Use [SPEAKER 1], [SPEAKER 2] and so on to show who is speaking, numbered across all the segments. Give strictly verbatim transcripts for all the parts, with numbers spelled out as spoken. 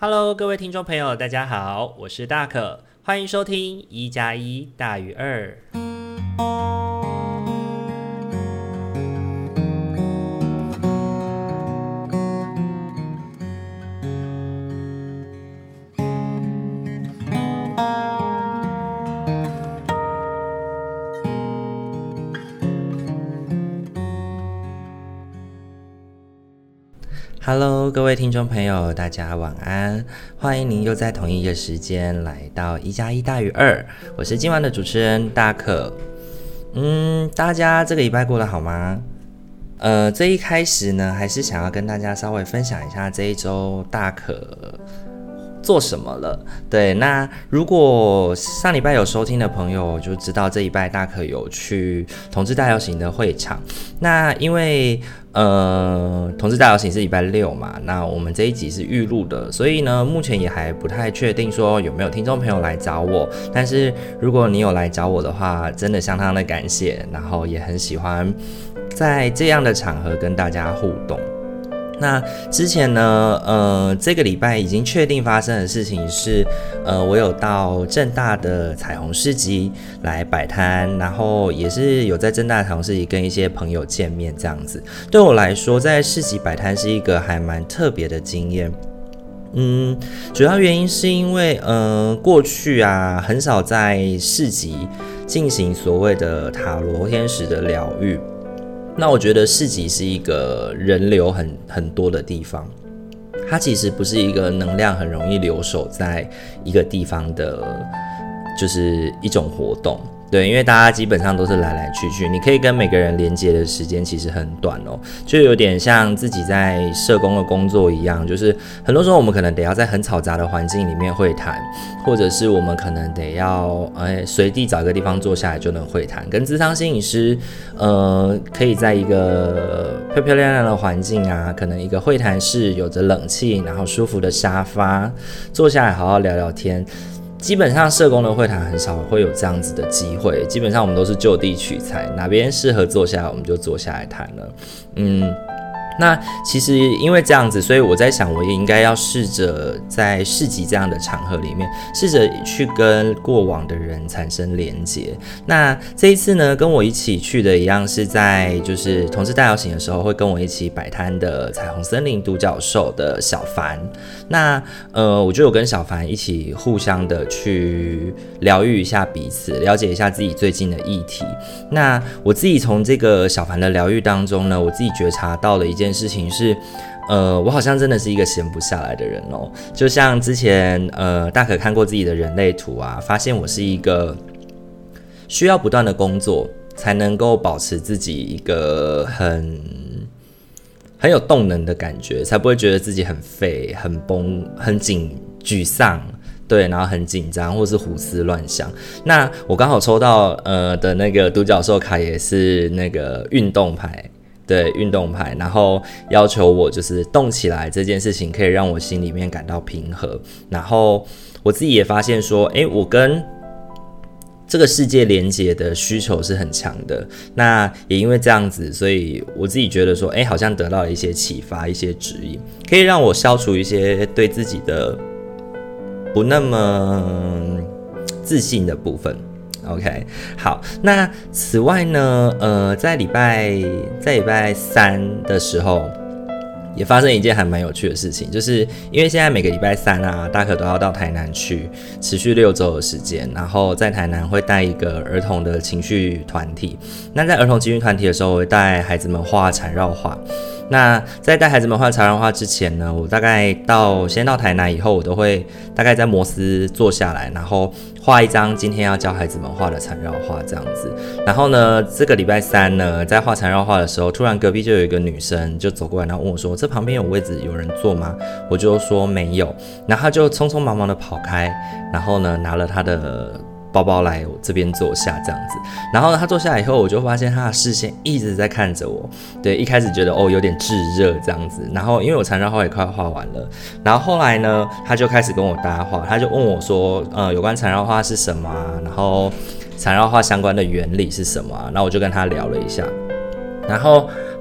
[SPEAKER 1] Hello， 各位听众朋友，大家好，我是大可，欢迎收听一加一大于二。Hello， 各位听众朋友，大家晚安！欢迎您又在同一个时间来到一加一大于二，我是今晚的主持人大可。嗯，大家这个礼拜过得好吗？呃，这一开始呢，还是想要跟大家稍微分享一下这一周大可做什么了。对，那如果上礼拜有收听的朋友就知道，这礼拜大可有去同志大游行的会场。那因为呃，同志大游行是礼拜六嘛，那我们这一集是预录的，所以呢，目前也还不太确定说有没有听众朋友来找我。但是如果你有来找我的话，真的相当的感谢，然后也很喜欢在这样的场合跟大家互动。那之前呢，呃，这个礼拜已经确定发生的事情是，呃，我有到政大的彩虹市集来摆摊，然后也是有在政大的彩虹市集跟一些朋友见面这样子。对我来说，在市集摆摊是一个还蛮特别的经验。嗯，主要原因是因为，呃，过去啊，很少在市集进行所谓的塔罗天使的疗愈。那我觉得市集是一个人流很很多的地方，它其实不是一个能量很容易留守在一个地方的，就是一种活动。对，因为大家基本上都是来来去去，你可以跟每个人连接的时间其实很短哦，就有点像自己在社工的工作一样，就是很多时候我们可能得要在很嘈杂的环境里面会谈，或者是我们可能得要哎随地找一个地方坐下来就能会谈，跟諮商心理师呃可以在一个漂漂亮亮的环境啊，可能一个会谈室有着冷气，然后舒服的沙发，坐下来好好聊聊天。基本上社工的会谈很少会有这样子的机会，基本上我们都是就地取材，哪边适合坐下来我们就坐下来谈了。嗯，那其实因为这样子，所以我在想，我也应该要试着在市集这样的场合里面，试着去跟过往的人产生连结。那这一次呢，跟我一起去的一样是在就是同志大游行的时候，会跟我一起摆摊的彩虹森林独角兽的小凡。那呃，我就有跟小凡一起互相的去疗愈一下彼此，了解一下自己最近的议题。那我自己从这个小凡的疗愈当中呢，我自己觉察到了一件事情是，呃，我好像真的是一个闲不下来的人哦。就像之前呃，大可看过自己的人类图啊，发现我是一个需要不断的工作，才能够保持自己一个很。很有动能的感觉，才不会觉得自己很废、很崩、很紧、沮丧，对，然后很紧张，或是胡思乱想。那我刚好抽到呃的那个独角兽卡，也是那个运动牌，对，运动牌，然后要求我就是动起来这件事情，可以让我心里面感到平和。然后我自己也发现说，哎，我跟这个世界连结的需求是很强的，那也因为这样子，所以我自己觉得说，哎，好像得到了一些启发，一些指引，可以让我消除一些对自己的不那么自信的部分。OK， 好，那此外呢，呃，在礼拜在礼拜三的时候。也发生一件还蛮有趣的事情，就是因为现在每个礼拜三啊，大可都要到台南去，持续六周的时间，然后在台南会带一个儿童的情绪团体。那在儿童情绪团体的时候，我会带孩子们画缠绕画。那在带孩子们画缠绕画之前呢，我大概到先到台南以后，我都会大概在摩斯坐下来，然后画一张今天要教孩子们画的缠绕画这样子。然后呢，这个礼拜三呢，在画缠绕画的时候，突然隔壁就有一个女生就走过来，然后问我说：“这旁边有位置，有人坐吗？”我就说没有，然后她就匆匆忙忙的跑开，然后呢拿了她的包包来我这边坐下这样子。然后呢，他坐下来以后，我就发现他的视线一直在看着我。对，一开始觉得哦有点炙热这样子。然后因为我缠绕画也快画完了，然后后来呢，他就开始跟我搭话，他就问我说，呃，有关缠绕画是什么啊？然后缠绕画相关的原理是什么啊？然后我就跟他聊了一下。然后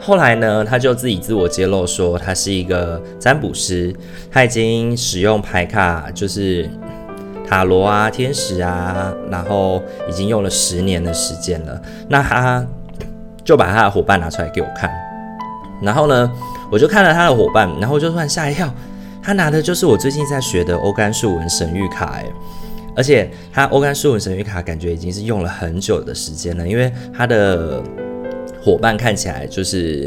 [SPEAKER 1] 后来呢，他就自己自我揭露说，他是一个占卜师，他已经使用牌卡，就是塔罗啊、天使啊，然后已经用了十年的时间了。那他就把他的伙伴拿出来给我看，然后呢，我就看了他的伙伴，然后我就突然吓一跳，他拿的就是我最近在学的欧干树纹神谕卡，哎，而且他欧干树纹神谕卡感觉已经是用了很久的时间了，因为他的伙伴看起来就是，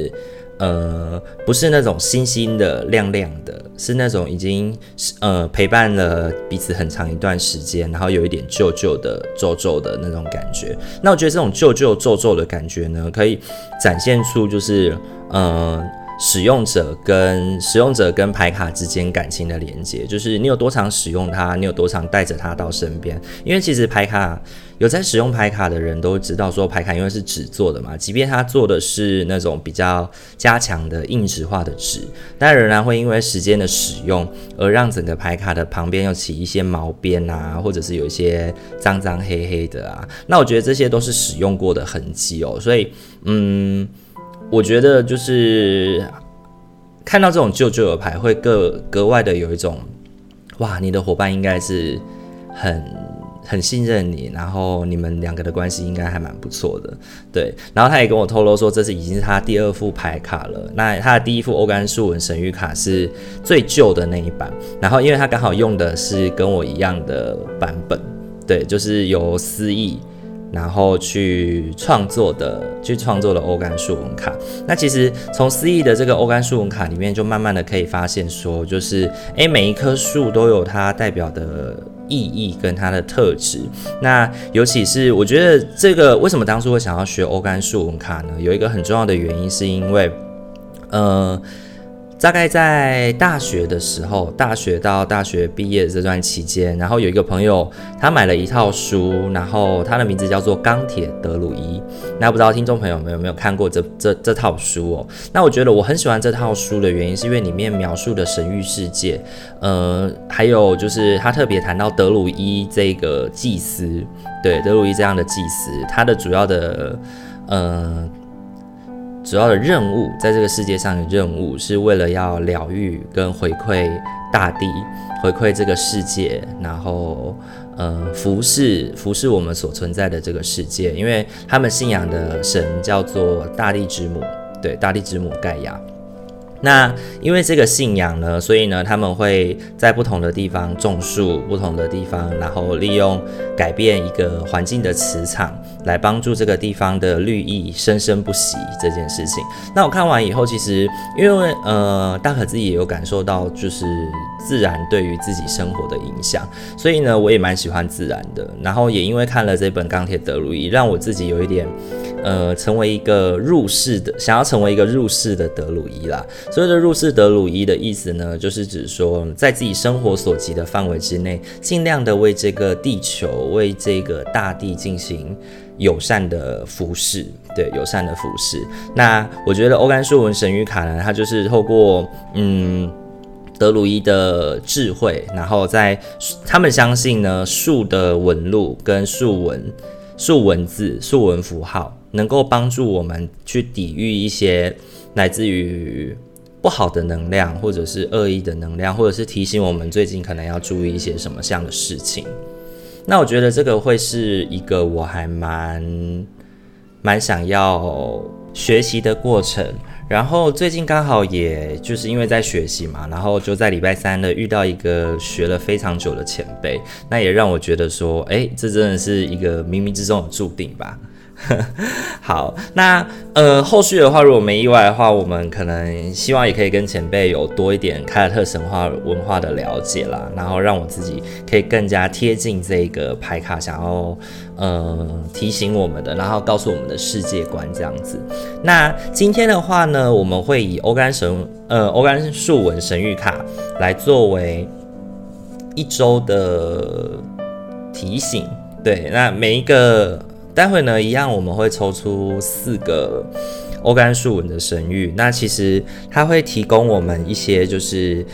[SPEAKER 1] 呃，不是那种新新的、亮亮的，是那种已经呃陪伴了彼此很长一段时间，然后有一点旧旧的、皱皱的那种感觉。那我觉得这种旧旧皱皱的感觉呢，可以展现出就是呃。使用者跟使用者跟牌卡之间感情的连接，就是你有多常使用它，你有多常带着它到身边。因为其实牌卡有在使用牌卡的人都知道，说牌卡因为是纸做的嘛，即便它做的是那种比较加强的硬质化的纸，但仍然会因为时间的使用而让整个牌卡的旁边又起一些毛边啊，或者是有一些脏脏黑黑的啊。那我觉得这些都是使用过的痕迹哦，所以嗯。我觉得就是看到这种旧旧的牌，会格格外的有一种，哇，你的伙伴应该是很很信任你，然后你们两个的关系应该还蛮不错的，对。然后他也跟我透露说，这是已经是他第二副牌卡了。那他的第一副欧干树纹神谕卡是最旧的那一版，然后因为他刚好用的是跟我一样的版本，对，就是由思义。然后去创作的，去创作的欧干树纹卡。那其实从思义的这个欧干树纹卡里面，就慢慢的可以发现说，就是哎，每一棵树都有它代表的意义跟它的特质。那尤其是我觉得这个为什么当初会想要学欧干树纹卡呢？有一个很重要的原因，是因为呃。大概在大学的时候，大学到大学毕业的这段期间，然后有一个朋友他买了一套书，然后他的名字叫做《钢铁德鲁伊》。那不知道听众朋友们有没有看过这这这套书哦？那我觉得我很喜欢这套书的原因，是因为里面描述的神域世界，呃，还有就是他特别谈到德鲁伊这个祭司，对德鲁伊这样的祭司，他的主要的呃。主要的任务，在这个世界上的任务是为了要疗愈跟回馈大地，回馈这个世界，然后呃服侍服侍我们所存在的这个世界，因为他们信仰的神叫做大地之母，对，大地之母盖亚。那因为这个信仰呢，所以呢，他们会在不同的地方种树，不同的地方，然后利用改变一个环境的磁场，来帮助这个地方的绿意生生不息这件事情。那我看完以后，其实因为呃，大可自己也有感受到，就是自然对于自己生活的影响，所以呢，我也蛮喜欢自然的。然后也因为看了这本《钢铁德鲁伊》，让我自己有一点呃，成为一个入世的，想要成为一个入世的德鲁伊啦。所谓的入世德鲁伊的意思呢，就是指说在自己生活所及的范围之内，尽量的为这个地球、为这个大地进行友善的服侍，对，友善的服侍。那我觉得欧干树纹神谕卡呢，它就是透过嗯德鲁伊的智慧，然后在他们相信呢，树的纹路跟树纹、树文字、树纹符号，能够帮助我们去抵御一些来自于不好的能量，或者是恶意的能量，或者是提醒我们最近可能要注意一些什么样的事情。那我觉得这个会是一个我还蛮蛮想要学习的过程。然后最近刚好也就是因为在学习嘛，然后就在礼拜三呢遇到一个学了非常久的前辈，那也让我觉得说，哎，这真的是一个冥冥之中的注定吧。好，那呃后续的话，如果没意外的话，我们可能希望也可以跟前辈有多一点凯尔特神话文化的了解啦，然后让我自己可以更加贴近这个牌卡想要呃提醒我们的，然后告诉我们的世界观这样子。那今天的话呢，我们会以欧干神呃欧干树纹神谕卡来作为一周的提醒，对，那每一个。待会呢，一样我们会抽出四个欧干树纹的神谕。那其实它会提供我们一些，就是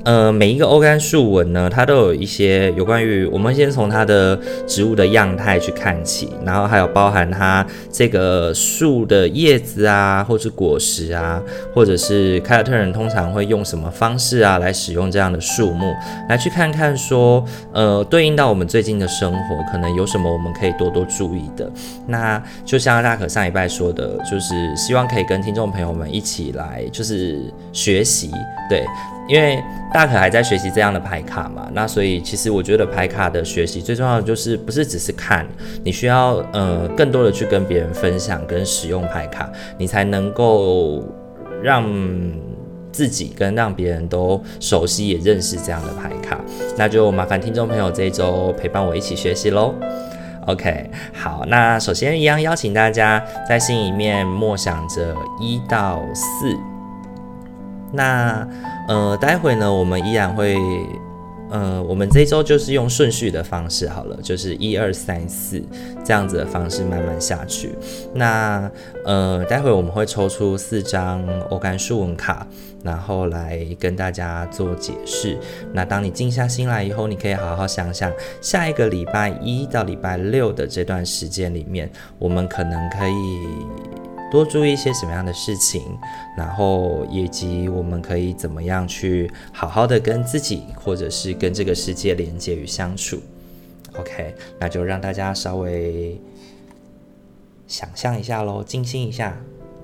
[SPEAKER 1] 呃，每一个欧干树纹呢，它都有一些有关于我们先从它的植物的样态去看起，然后还有包含它这个树的叶子啊，或是果实啊，或者是凯尔特人通常会用什么方式啊来使用这样的树木，来去看看说，呃，对应到我们最近的生活，可能有什么我们可以多多注意的。那就像大可上一拜说的，就是希望可以跟听众朋友们一起来，就是学习，对。因为大可还在学习这样的牌卡嘛，那所以其实我觉得牌卡的学习最重要的就是不是只是看，你需要呃更多的去跟别人分享跟使用牌卡，你才能够让自己跟让别人都熟悉也认识这样的牌卡。那就麻烦听众朋友这一周陪伴我一起学习咯。OK， 好，那首先一样邀请大家在心里面默想着一到四。那呃，待会呢，我们依然会，呃，我们这一周就是用顺序的方式好了，就是一二三四这样子的方式慢慢下去。那呃，待会我们会抽出四张欧干树纹卡，然后来跟大家做解释。那当你静下心来以后，你可以好好想想，下一个礼拜一到礼拜六的这段时间里面，我们可能可以多注意一些什么样的事情，然后以及我们可以怎么样去好好的跟自己或者是跟这个世界连接与相处。 OK， 那就让大家稍微想象一下咯，静心一下。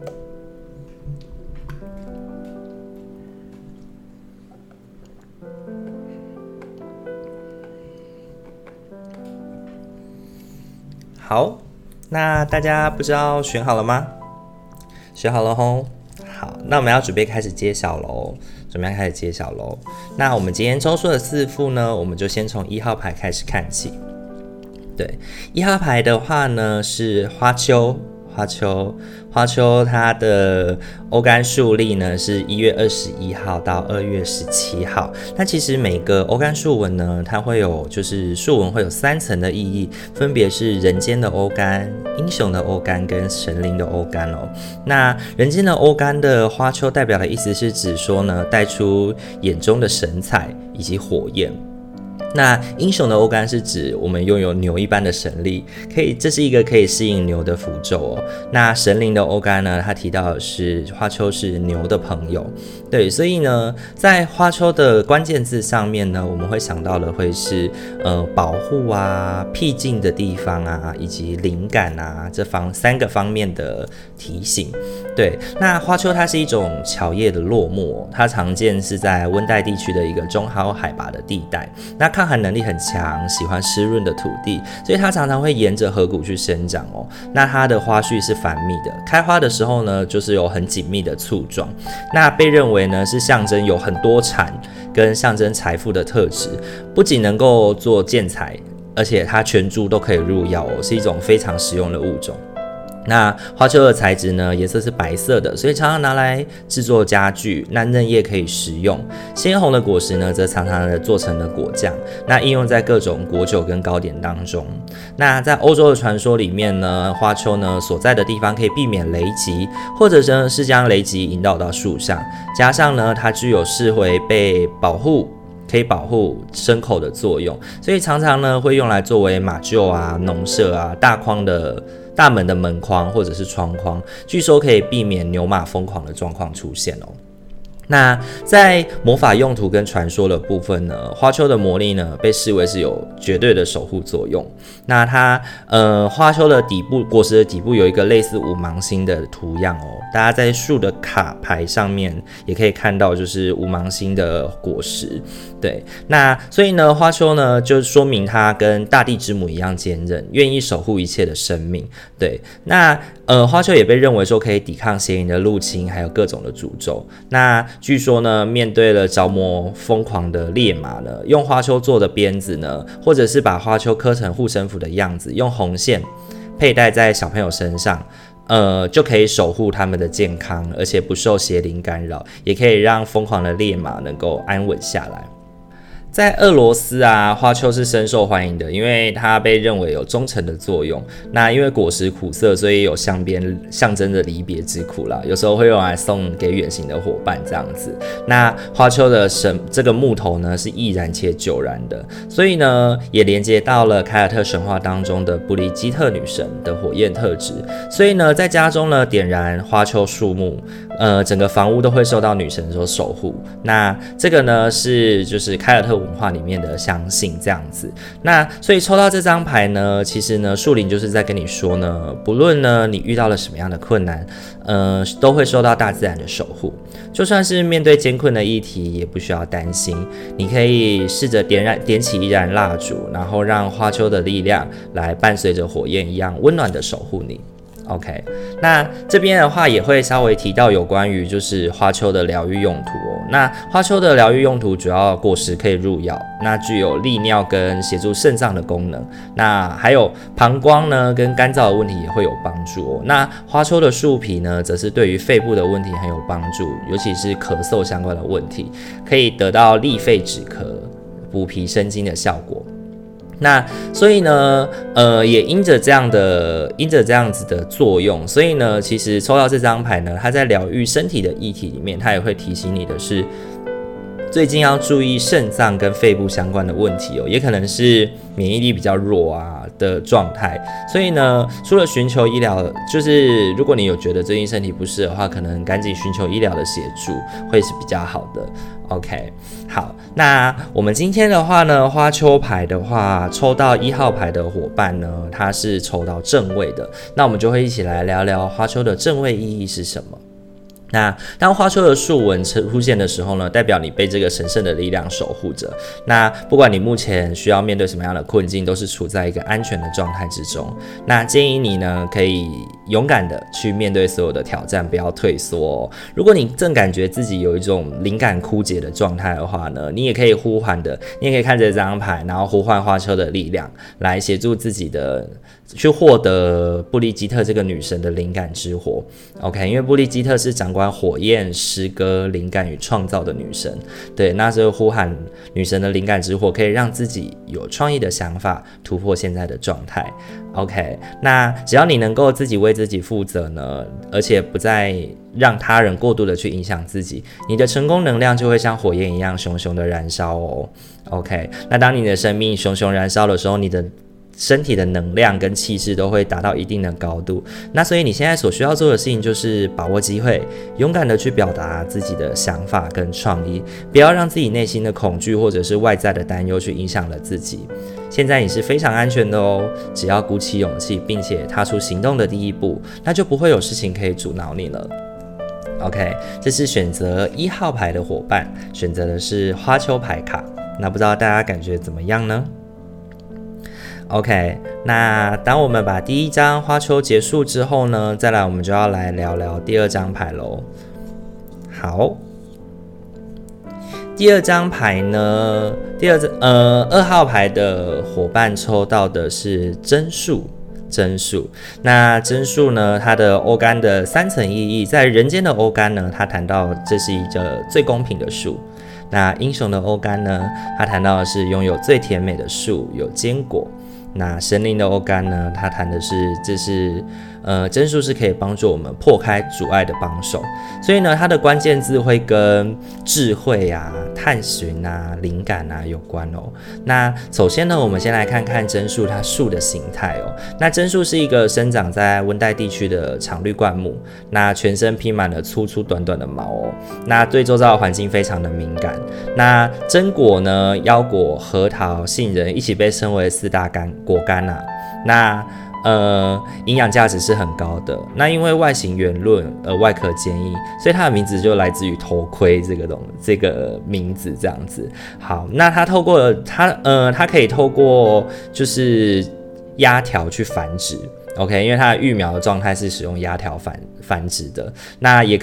[SPEAKER 1] 好，那大家不知道选好了吗？选好了吼，好，那我们要准备开始揭晓喽，准备开始揭晓喽。那我们今天抽出的四副呢，我们就先从一号牌开始看起。对，一号牌的话呢是花丘，花丘，花丘它的欧干树历呢是一月二十一号到二月十七号。那其实每个欧干树纹呢，它会有就是树纹会有三层的意义，分别是人间的欧干、英雄的欧干跟神灵的欧干哦。那人间的欧干的花丘代表的意思是指说呢，带出眼中的神采以及火焰。那英雄的欧干是指我们拥有牛一般的神力，可以，这是一个可以适应牛的符咒哦。那神灵的欧干呢，它提到的是花丘是牛的朋友，对，所以呢，在花丘的关键字上面呢，我们会想到的会是呃保护啊、僻静的地方啊，以及灵感啊这方三个方面的提醒。对，那花丘它是一种乔叶的落木哦，它常见是在温带地区的一个中高海拔的地带。那抗寒能力很强，喜欢湿润的土地，所以它常常会沿着河谷去生长哦。那它的花序是繁密的，开花的时候呢，就是有很紧密的簇状。那被认为呢是象征有很多产跟象征财富的特质，不仅能够做建材，而且它全株都可以入药哦，是一种非常实用的物种。那花丘的材质呢，颜色是白色的，所以常常拿来制作家具。那嫩叶可以食用，鲜红的果实呢，则常常的做成了果酱，那应用在各种果酒跟糕点当中。那在欧洲的传说里面呢，花丘呢所在的地方可以避免雷击，或者呢是将雷击引导到树上，加上呢它具有视为被保护。可以保护牲口的作用，所以常常呢会用来作为马厩啊、农舍啊、大框的大门的门框或者是窗框，据说可以避免牛马疯狂的状况出现哦。那在魔法用途跟传说的部分呢，花丘的魔力呢被视为是有绝对的守护作用。那它呃花丘的底部果实的底部有一个类似五芒星的图样哦，大家在树的卡牌上面也可以看到，就是五芒星的果实。对，那所以呢，花丘呢就说明它跟大地之母一样坚韧，愿意守护一切的生命。对，那呃花丘也被认为说可以抵抗邪灵的入侵，还有各种的诅咒。那据说呢，面对了着魔疯狂的烈马呢，用花丘做的鞭子呢，或者是把花丘刻成护身符的样子，用红线佩戴在小朋友身上，呃，就可以守护他们的健康，而且不受邪灵干扰，也可以让疯狂的烈马能够安稳下来。 在俄罗斯啊，花楸是深受欢迎的，因为它被认为有忠诚的作用。那因为果实苦涩，所以有镶边象征着离别之苦啦。有时候会用来送给远行的伙伴这样子。那花楸的神这个木头呢是易燃且久燃的，所以呢也连接到了凯尔特神话当中的布利基特女神的火焰特质。所以呢，在家中呢点燃花楸树木，呃，整个房屋都会受到女神所守护。那这个呢是就是凯尔特文化里面的相信这样子。那所以抽到这张牌呢，其实呢树林就是在跟你说呢，不论呢你遇到了什么样的困难，呃，都会受到大自然的守护。就算是面对艰困的议题，也不需要担心。你可以试着点燃点起一燃蜡烛，然后让花楸的力量来伴随着火焰一样温暖的守护你。OK， 那这边的话也会稍微提到有关于就是花楸的疗愈用途哦。那花楸的疗愈用途主要果实可以入药，那具有利尿跟协助肾脏的功能。那还有膀胱呢跟干燥的问题也会有帮助哦。那花楸的树皮呢，则是对于肺部的问题很有帮助，尤其是咳嗽相关的问题，可以得到利肺止咳、补脾生津的效果。那所以呢，呃，也因着这样的，因着这样子的作用，所以呢，其实抽到这张牌呢，它在疗愈身体的议题里面，它也会提醒你的是，最近要注意肾脏跟肺部相关的问题哦，也可能是免疫力比较弱啊的状态。所以呢，除了寻求医疗，就是如果你有觉得最近身体不适的话，可能赶紧寻求医疗的协助会是比较好的。OK， 好，那我们今天的话呢，花楸牌的话，抽到一号牌的伙伴呢，他是抽到正位的，那我们就会一起来聊聊花楸的正位意义是什么。那当花楸的树纹出现的时候呢，代表你被这个神圣的力量守护着。那不管你目前需要面对什么样的困境，都是处在一个安全的状态之中。那建议你呢，可以勇敢的去面对所有的挑战，不要退缩哦。如果你正感觉自己有一种灵感枯竭的状态的话呢，你也可以呼唤的，你也可以看着这张牌，然后呼唤花楸的力量，来协助自己的去获得布利基特这个女神的灵感之火。OK， 因为布利基特是掌管火焰、诗歌、灵感与创造的女神。对，那就呼喊女神的灵感之火，可以让自己有创意的想法，突破现在的状态。OK， 那只要你能够自己为自己负责呢，而且不再让他人过度的去影响自己，你的成功能量就会像火焰一样熊熊的燃烧哦。OK， 那当你的生命熊熊燃烧的时候，你的身体的能量跟气势都会达到一定的高度。那所以你现在所需要做的事情就是把握机会，勇敢的去表达自己的想法跟创意，不要让自己内心的恐惧或者是外在的担忧去影响了自己。现在你是非常安全的哦，只要鼓起勇气并且踏出行动的第一步，那就不会有事情可以阻挠你了。OK， 这是选择一号牌的伙伴选择的是花楸牌卡，那不知道大家感觉怎么样呢？OK， 那当我们把第一张花楸结束之后呢，再来我们就要来聊聊第二张牌咯。好，第二张牌呢，第二呃二号牌的伙伴抽到的是真树。真树，那真树呢？它的欧干的三层意义，在人间的欧干呢，它谈到这是一个最公平的树。那英雄的欧干呢，它谈到的是拥有最甜美的树，有坚果。那神灵的欧干呢，它谈的是这是呃真树是可以帮助我们破开阻碍的帮手，所以呢，它的关键字会跟智慧啊、探寻啊、灵感啊有关哦。那首先呢，我们先来看看真树它树的形态哦。那真树是一个生长在温带地区的常绿灌木，那全身披满了粗粗短短的毛哦。那对周遭的环境非常的敏感。那真果呢，腰果、核桃、杏仁一起被称为四大干果干啊。那呃，营养价值是很高的。那因为外形圆润而外壳坚毅，所以它的名字就来自于头盔这个东这个名字这样子。好，那它透过它呃，它可以透过就是压条去繁殖。OK， 因为它的育苗的状态是使用压条繁繁殖的。那也可以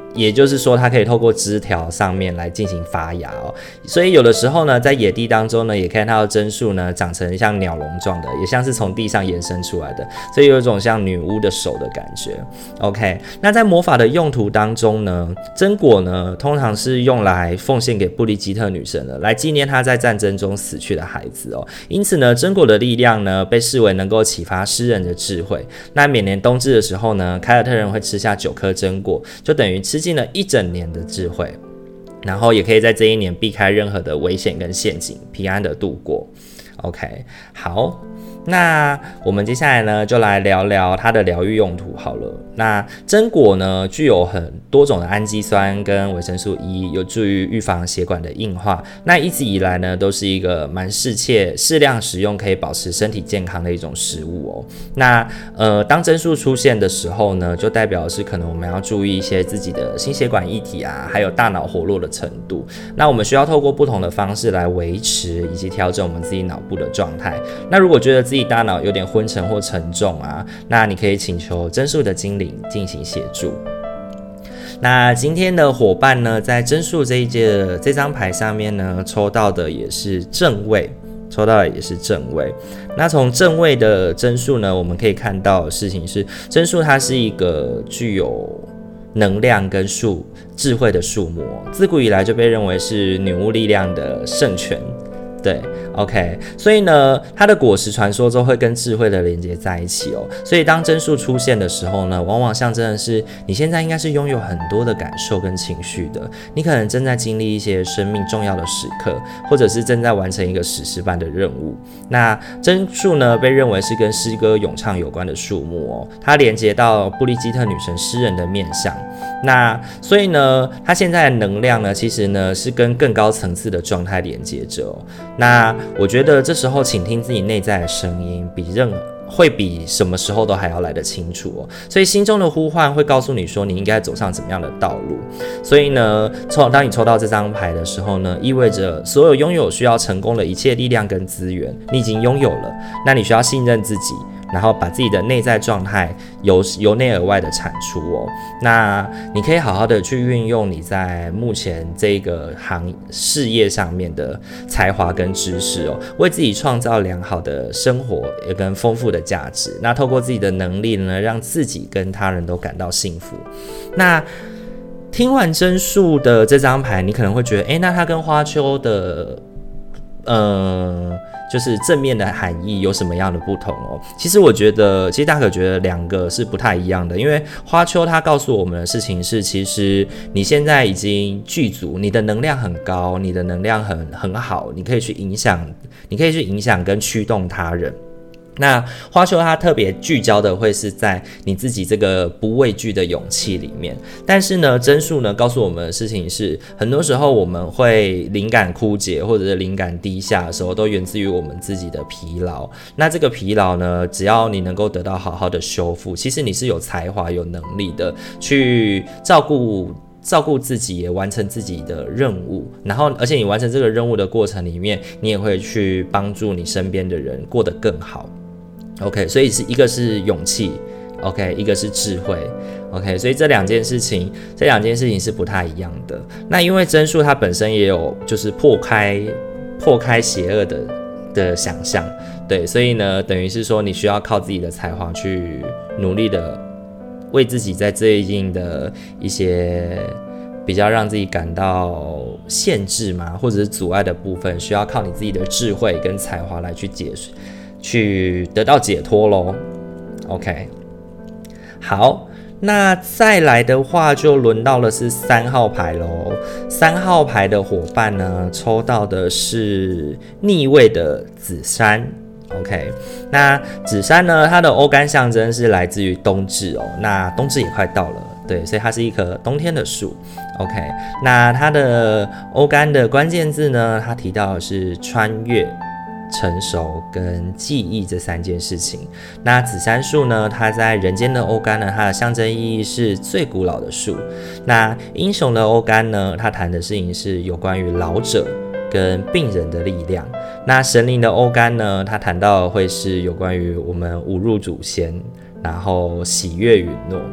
[SPEAKER 1] 也就是说，它可以透过枝条上面来进行发芽哦。所以有的时候呢，在野地当中呢，也可以看到榛树呢长成像鸟笼状的，也像是从地上延伸出来的，所以有一种像女巫的手的感觉。OK， 那在魔法的用途当中呢，榛果呢通常是用来奉献给布利基特女神的，来纪念她在战争中死去的孩子哦。因此呢，榛果的力量呢被视为能够启发诗人的智慧。那每年冬至的时候呢，凯尔特人会吃下九颗榛果，就等于吃尽了一整年的智慧，然后也可以在这一年避开任何的危险跟陷阱，平安的度过。OK， 好，那我们接下来呢，就来聊聊它的疗愈用途好了。那榛果呢，具有很多种的氨基酸跟维生素 E， 有助于预防血管的硬化。那一直以来呢，都是一个蛮适切、适量食用，可以保持身体健康的一种食物哦。那呃，当榛树出现的时候呢，就代表是可能我们要注意一些自己的心血管议题啊，还有大脑活络的程度。那我们需要透过不同的方式来维持以及调整我们自己脑部的状态。那如果觉得自己大脑有点昏沉或沉重啊，那你可以请求榛树的精灵进行协助。那今天的伙伴呢，在榛树这一届这张牌上面呢，抽到的也是正位，抽到的也是正位。那从正位的榛树呢，我们可以看到的事情是，榛树它是一个具有能量跟树智慧的树木，自古以来就被认为是女巫力量的圣泉。对 ，OK， 所以呢，它的果实传说中会跟智慧的连接在一起哦。所以当榛树出现的时候呢，往往象征的是你现在应该是拥有很多的感受跟情绪的。你可能正在经历一些生命重要的时刻，或者是正在完成一个史诗般的任务。那榛树呢，被认为是跟诗歌咏唱有关的树木哦，它连接到布利基特女神诗人的面向。那所以呢，它现在的能量呢，其实呢是跟更高层次的状态连接着哦。那我觉得这时候倾听自己内在的声音，比任会比什么时候都还要来得清楚哦。所以心中的呼唤会告诉你说，你应该走上怎么样的道路。所以呢，抽当你抽到这张牌的时候呢，意味着所有拥有需要成功的一切力量跟资源，你已经拥有了。那你需要信任自己，然后把自己的内在状态由由内而外的产出哦。那你可以好好的去运用你在目前这个行事业上面的才华跟知识哦，为自己创造良好的生活也跟丰富的价值。那透过自己的能力呢，让自己跟他人都感到幸福。那听完榛树的这张牌，你可能会觉得，哎，那它跟花丘的呃，就是正面的含义有什么样的不同哦？其实我觉得，其实大可觉得两个是不太一样的，因为花丘它告诉我们的事情是，其实你现在已经具足，你的能量很高，你的能量很很好，你可以去影响，你可以去影响跟驱动他人。那花丘它特别聚焦的会是在你自己这个不畏惧的勇气里面，但是呢，榛树呢告诉我们的事情是，很多时候我们会灵感枯竭或者是灵感低下的时候，都源自于我们自己的疲劳。那这个疲劳呢，只要你能够得到好好的修复，其实你是有才华、有能力的去照顾。照顾自己，也完成自己的任务，然后而且你完成这个任务的过程里面，你也会去帮助你身边的人过得更好。OK， 所以是一个是勇气 ，OK， 一个是智慧 ，OK， 所以这两件事情，这两件事情是不太一样的。那因为榛树它本身也有就是破开破开邪恶的的想象，对，所以呢，等于是说你需要靠自己的才华去努力的。为自己在最近的一些比较让自己感到限制嘛，或者是阻碍的部分，需要靠你自己的智慧跟才华来去解，去得到解脱咯。OK， 好，那再来的话就轮到的是三号牌咯。三号牌的伙伴呢，抽到的是逆位的紫杉。OK， 那紫杉呢，它的欧干象征是来自于冬至哦。那冬至也快到了，对，所以它是一棵冬天的树。OK， 那它的欧干的关键字呢，它提到的是穿越、成熟跟记忆这三件事情。那紫杉树呢，它在人间的欧干呢，它的象征意义是最古老的树。那英雄的欧干呢，它谈的事情是有关于老者跟病人的力量。那神灵的欧干呢，他谈到会是有关于我们侮辱祖先，然后喜悦允诺。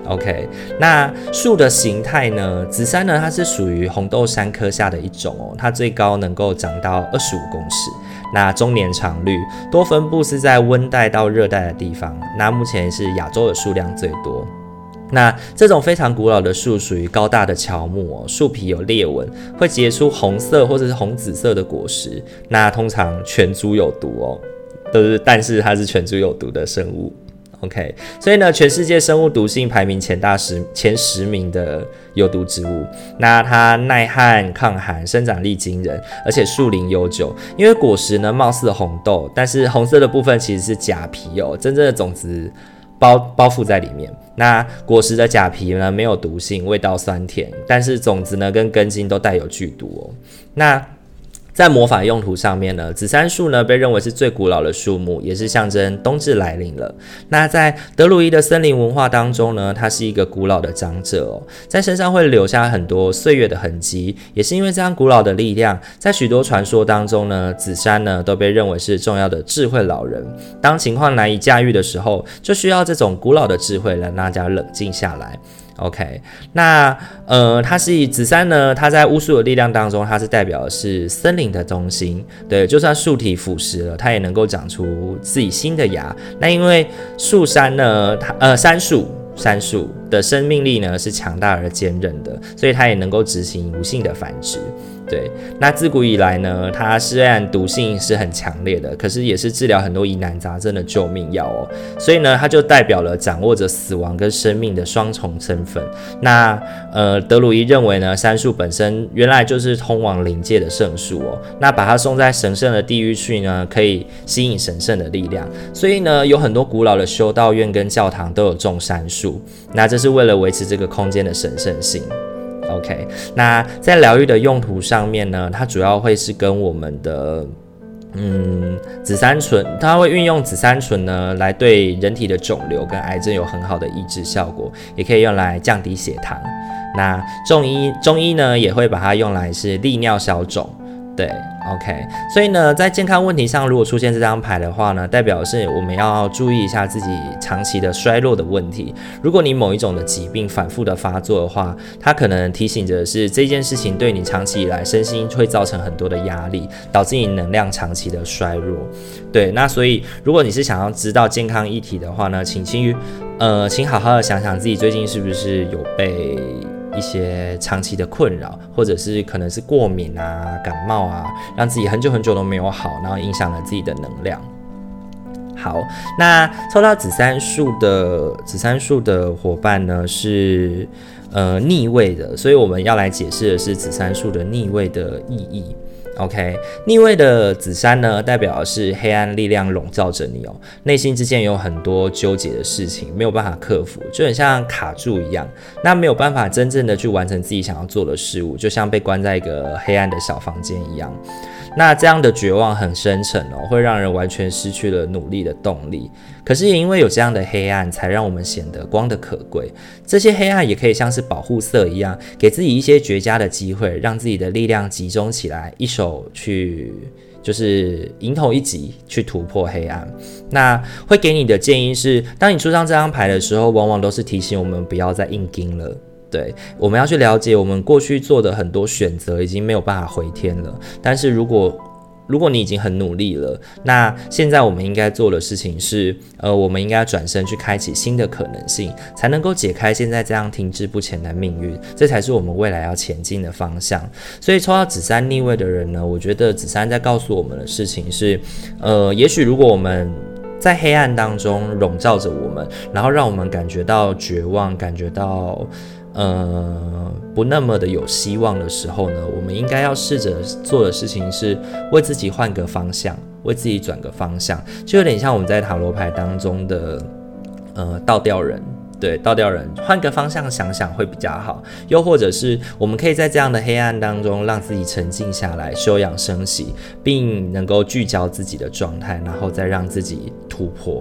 [SPEAKER 1] OK， 那树的形态呢？紫杉呢，它是属于红豆杉科下的一种哦，它最高能够长到二十五公尺。那终年常绿，多分布是在温带到热带的地方。那目前是亚洲的数量最多。那这种非常古老的树属于高大的乔木哦，树皮有裂纹，会结出红色或者是红紫色的果实。那通常全株有毒哦，都是但是它是全株有毒的生物。OK， 所以呢，全世界生物毒性排名前大十前十名的有毒植物。那它耐旱、抗寒，生长力惊人，而且树龄悠久。因为果实呢貌似红豆，但是红色的部分其实是假皮哦，真正的种子包包覆在里面。那果实的假皮呢没有毒性，味道酸甜，但是种子呢跟根茎都带有剧毒哦。那在魔法用途上面呢，紫杉树呢被认为是最古老的树木，也是象征冬至来临了。那在德鲁伊的森林文化当中呢，它是一个古老的长者哦，在身上会留下很多岁月的痕迹，也是因为这样古老的力量，在许多传说当中呢，紫杉呢都被认为是重要的智慧老人。当情况难以驾驭的时候，就需要这种古老的智慧来让大家冷静下来。OK， 那呃，它是以紫杉呢，它在巫术的力量当中，它是代表的是森林的中心。对，就算树体腐蚀了，它也能够长出自己新的芽。那因为树杉呢，它呃杉树杉树的生命力呢是强大而坚韧的，所以它也能够执行无性的繁殖。对，那自古以来呢，它虽然毒性是很强烈的，可是也是治疗很多疑难杂症的救命药哦。所以呢，它就代表了掌握着死亡跟生命的双重身份。那呃，德鲁伊认为呢，杉树本身原来就是通往灵界的圣树哦。那把它送在神圣的地狱去呢，可以吸引神圣的力量。所以呢，有很多古老的修道院跟教堂都有种杉树。那这是为了维持这个空间的神圣性。OK， 那在疗愈的用途上面呢，它主要会是跟我们的嗯紫杉醇，它会运用紫杉醇呢来对人体的肿瘤跟癌症有很好的抑制效果，也可以用来降低血糖。那中医中医呢也会把它用来是利尿消肿。对 ，OK， 所以呢，在健康问题上，如果出现这张牌的话呢，代表是我们要注意一下自己长期的衰弱的问题。如果你某一种的疾病反复的发作的话，它可能提醒着是这件事情对你长期以来身心会造成很多的压力，导致你能量长期的衰弱。对，那所以如果你是想要知道健康议题的话呢，请请呃，请好好的想想自己最近是不是有被一些长期的困扰，或者是可能是过敏啊、感冒啊，让自己很久很久都没有好，然后影响了自己的能量。好，那抽到紫杉树的紫杉树的伙伴呢是呃逆位的，所以我们要来解释的是紫杉树的逆位的意义。OK， 逆位的紫杉呢，代表的是黑暗力量笼罩着你哦，内心之间有很多纠结的事情，没有办法克服，就很像卡住一样，那没有办法真正的去完成自己想要做的事物，就像被关在一个黑暗的小房间一样。那这样的绝望很深沉哦，会让人完全失去了努力的动力。可是也因为有这样的黑暗，才让我们显得光的可贵。这些黑暗也可以像是保护色一样，给自己一些绝佳的机会，让自己的力量集中起来，一手去就是迎头一击去突破黑暗。那会给你的建议是，当你出上这张牌的时候，往往都是提醒我们不要再硬盯了。对，我们要去了解我们过去做的很多选择已经没有办法回天了，但是如果如果你已经很努力了，那现在我们应该做的事情是，呃，我们应该转身去开启新的可能性，才能够解开现在这样停滞不前的命运，这才是我们未来要前进的方向。所以抽到紫杉逆位的人呢，我觉得紫杉在告诉我们的事情是，呃，也许如果我们在黑暗当中笼罩着我们，然后让我们感觉到绝望，感觉到呃，不那么的有希望的时候呢，我们应该要试着做的事情是为自己换个方向，为自己转个方向，就有点像我们在塔罗牌当中的呃倒吊人。对，倒吊人换个方向想想会比较好，又或者是我们可以在这样的黑暗当中让自己沉静下来，休养生息，并能够聚焦自己的状态，然后再让自己突破。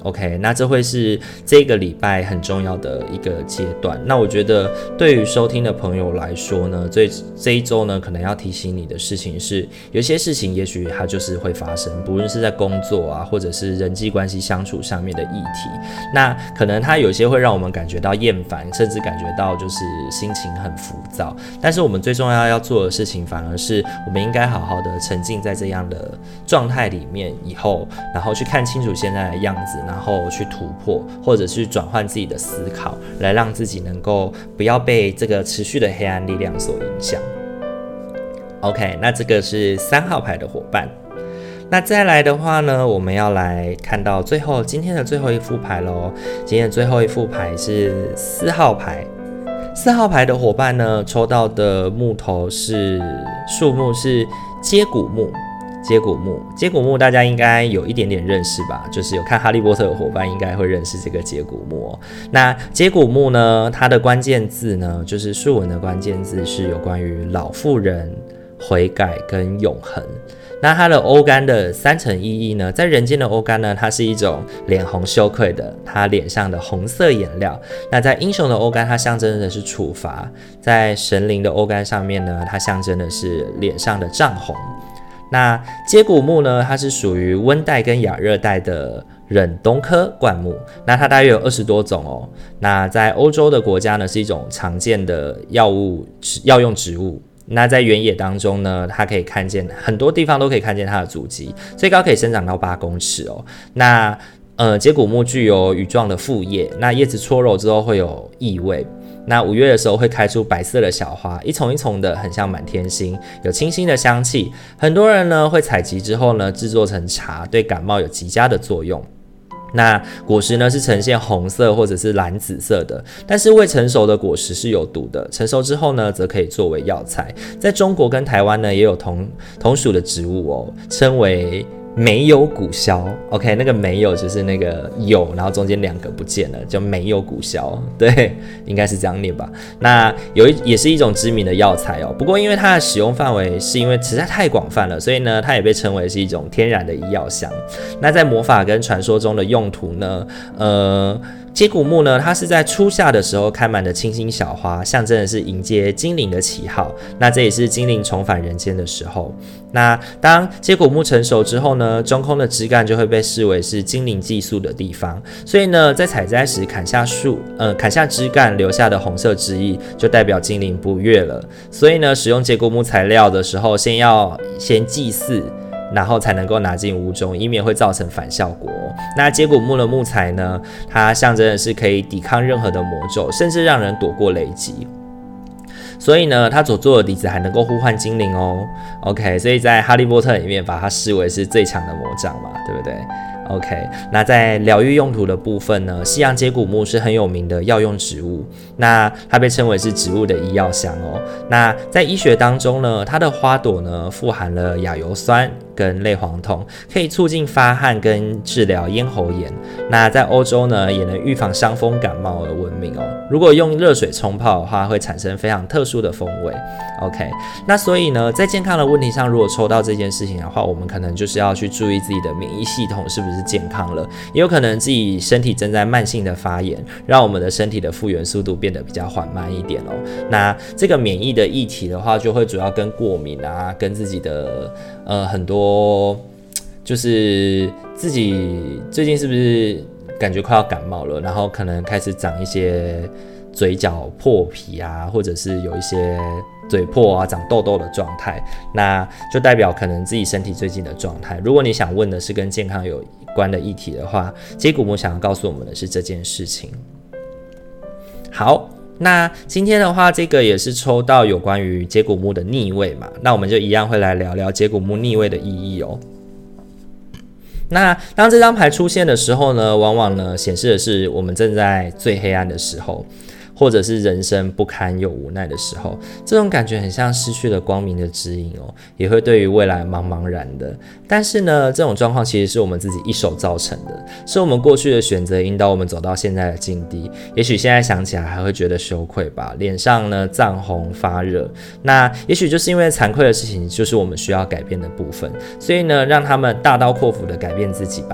[SPEAKER 1] OK， 那这会是这个礼拜很重要的一个阶段。那我觉得对于收听的朋友来说呢，这这一周呢，可能要提醒你的事情是，有些事情也许它就是会发生，不论是在工作啊，或者是人际关系相处上面的议题。那可能它有些会让我们感觉到厌烦，甚至感觉到就是心情很浮躁。但是我们最重要要做的事情，反而是我们应该好好的沉浸在这样的状态里面以后，然后去看清楚现在的样子。然后去突破，或者是转换自己的思考，来让自己能够不要被这个持续的黑暗力量所影响。OK， 那这个是三号牌的伙伴。那再来的话呢，我们要来看到最后今天的最后一副牌咯。今天的最后一副牌是四号牌。四号牌的伙伴呢，抽到的木头是树木是接骨木。接骨木，接骨木大家应该有一点点认识吧，就是有看哈利波特的伙伴应该会认识这个接骨木哦。那接骨木呢，它的关键字呢，就是树文的关键字是有关于老妇人、悔改跟永恒。那它的欧干的三层意义呢，在人间的欧干呢，它是一种脸红羞愧的，它脸上的红色颜料。那在英雄的欧干，它象征的是处罚；在神灵的欧干上面呢，它象征的是脸上的涨红。那接骨木呢，它是属于温带跟亚热带的忍冬科灌木，那它大约有二十多种哦。那在欧洲的国家呢，是一种常见的药物药用植物。那在原野当中呢，它可以看见很多地方都可以看见它的足迹，最高可以生长到八公尺哦。那呃，接骨木具有羽状的复叶，那叶子搓揉之后会有异味。那五月的时候会开出白色的小花，一丛一丛的，很像满天星，有清新的香气。很多人呢会采集之后呢制作成茶，对感冒有极佳的作用。那果实呢是呈现红色或者是蓝紫色的，但是未成熟的果实是有毒的，成熟之后呢则可以作为药材。在中国跟台湾呢也有同同属的植物哦，称为没有骨消 ，OK， 那个没有就是那个有，然后中间两个不见了，叫没有骨消，对，应该是这样念吧。那有一也是一种知名的药材哦，不过因为它的使用范围是因为实在太广泛了，所以呢，它也被称为是一种天然的医药香。那在魔法跟传说中的用途呢，呃。接骨木呢，它是在初夏的时候开满了清新小花，象征的是迎接精灵的旗号。那这也是精灵重返人间的时候。那当接骨木成熟之后呢，中空的枝干就会被视为是精灵寄宿的地方。所以呢，在采摘时砍下树，呃，砍下枝干留下的红色汁液，就代表精灵不悦了。所以呢，使用接骨木材料的时候，先要先祭祀。然后才能够拿进屋中，以免会造成反效果。那接骨木的木材呢，它象征的是可以抵抗任何的魔咒，甚至让人躲过雷击。所以呢，他所做的笛子还能够呼唤精灵哦。OK， 所以在哈利波特里面把它视为是最强的魔杖嘛，对不对？OK， 那在疗愈用途的部分呢，西洋接骨木是很有名的药用植物，那它被称为是植物的医药香哦。那在医学当中呢，它的花朵呢富含了亚油酸跟类黄酮，可以促进发汗跟治疗咽喉炎。那在欧洲呢，也能预防伤风感冒而闻名哦。如果用热水冲泡的话，会产生非常特殊的风味。OK， 那所以呢，在健康的问题上，如果抽到这件事情的话，我们可能就是要去注意自己的免疫系统是不是健康了，也有可能自己身体正在慢性的发炎，让我们的身体的复原速度变得比较缓慢一点哦。那这个免疫的议题的话，就会主要跟过敏啊，跟自己的呃很多就是自己最近是不是感觉快要感冒了，然后可能开始长一些嘴角破皮啊，或者是有一些嘴破啊、长痘痘的状态，那就代表可能自己身体最近的状态。如果你想问的是跟健康有关的议题的话，接骨木想要告诉我们的是这件事情。好，那今天的话，这个也是抽到有关于接骨木的逆位嘛，那我们就一样会来聊聊接骨木逆位的意义哦。那当这张牌出现的时候呢，往往呢显示的是我们正在最黑暗的时候，或者是人生不堪又无奈的时候，这种感觉很像失去了光明的指引哦，也会对于未来茫茫然的。但是呢，这种状况其实是我们自己一手造成的，是我们过去的选择引导我们走到现在的境地。也许现在想起来还会觉得羞愧吧，脸上呢涨红发热。那也许就是因为惭愧的事情，就是我们需要改变的部分。所以呢，让他们大刀阔斧的改变自己吧。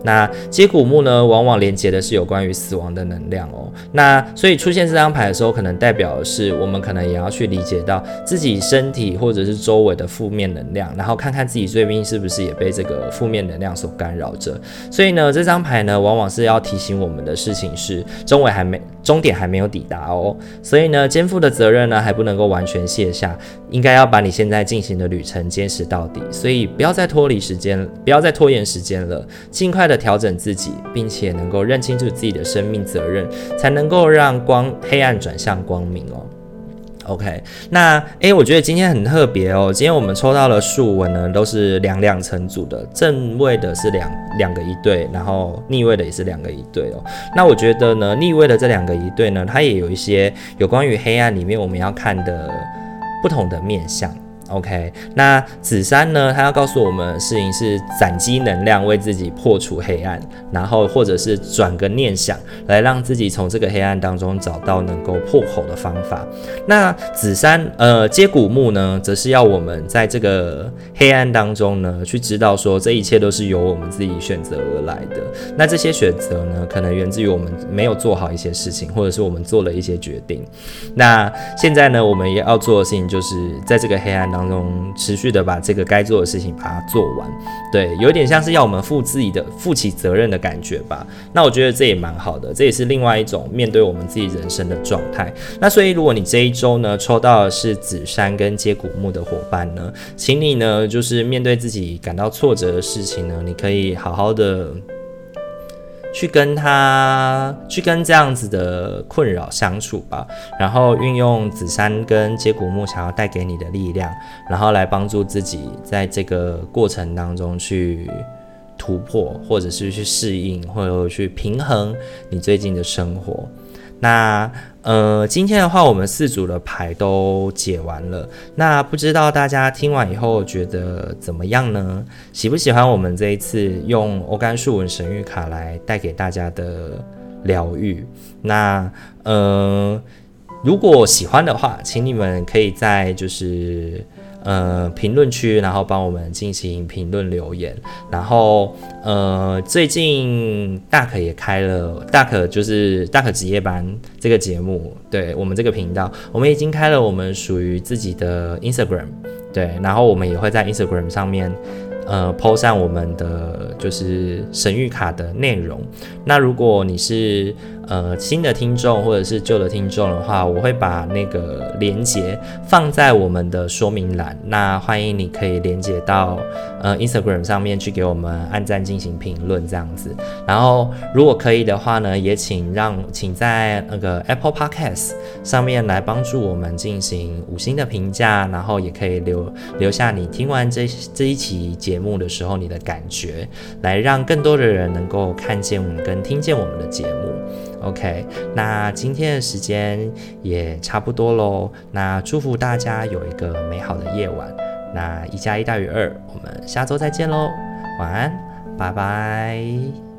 [SPEAKER 1] 那接骨木呢，往往连接的是有关于死亡的能量哦。那所以出现这张牌的时候，可能代表的是我们可能也要去理解到自己身体或者是周围的负面能量，然后看看自己最近是不是也被这个负面能量所干扰着。所以呢，这张牌呢，往往是要提醒我们的事情是，终尾还没终点还没有抵达哦。所以呢，肩负的责任呢，还不能够完全卸下，应该要把你现在进行的旅程坚持到底。所以不要再脱离时间，不要再拖延时间了，尽快的调整自己，并且能够认清楚自己的生命责任，才能够让光黑暗转向光明哦。OK， 那诶，我觉得今天很特别哦。今天我们抽到的竖纹呢，都是两两成组的，正位的是两两个一对，然后逆位的也是两个一对哦。那我觉得呢，逆位的这两个一对呢，它也有一些有关于黑暗里面我们要看的不同的面向。OK， 那紫杉呢，它要告诉我们的事情是攒积能量，为自己破除黑暗，然后或者是转个念想，来让自己从这个黑暗当中找到能够破口的方法。那紫杉呃接骨木呢，则是要我们在这个黑暗当中呢，去知道说这一切都是由我们自己选择而来的。那这些选择呢，可能源自于我们没有做好一些事情，或者是我们做了一些决定。那现在呢，我们也要做的事情就是在这个黑暗当中持续的把这个该做的事情把它做完，对，有点像是要我们负自己的负起责任的感觉吧。那我觉得这也蛮好的，这也是另外一种面对我们自己人生的状态。那所以如果你这一周呢抽到的是紫杉跟接骨木的伙伴呢，请你呢就是面对自己感到挫折的事情呢，你可以好好的去跟他去跟这样子的困扰相处吧，然后运用紫杉跟接骨木想要带给你的力量，然后来帮助自己在这个过程当中去突破，或者是去适应，或者去平衡你最近的生活。那呃，今天的话，我们四组的牌都解完了。那不知道大家听完以后觉得怎么样呢？喜不喜欢我们这一次用欧干树纹神谕卡来带给大家的疗愈？那呃，如果喜欢的话，请你们可以在就是呃评论区，然后帮我们进行评论留言。然后呃，最近大可也开了，大可就是大可职业班这个节目，对我们这个频道，我们已经开了我们属于自己的 Instagram， 对，然后我们也会在 Instagram 上面呃 po 上我们的就是神谕卡的内容。那如果你是呃新的听众或者是旧的听众的话，我会把那个连结放在我们的说明栏，那欢迎你可以连结到呃 Instagram 上面去给我们按赞进行评论这样子。然后如果可以的话呢，也请让请在那个 Apple Podcast 上面来帮助我们进行五星的评价，然后也可以留留下你听完这这一期节目的时候你的感觉，来让更多的人能够看见我们跟听见我们的节目。OK， 那今天的时间也差不多咯，那祝福大家有一个美好的夜晚。那一加一大于二，我们下周再见咯，晚安，拜拜。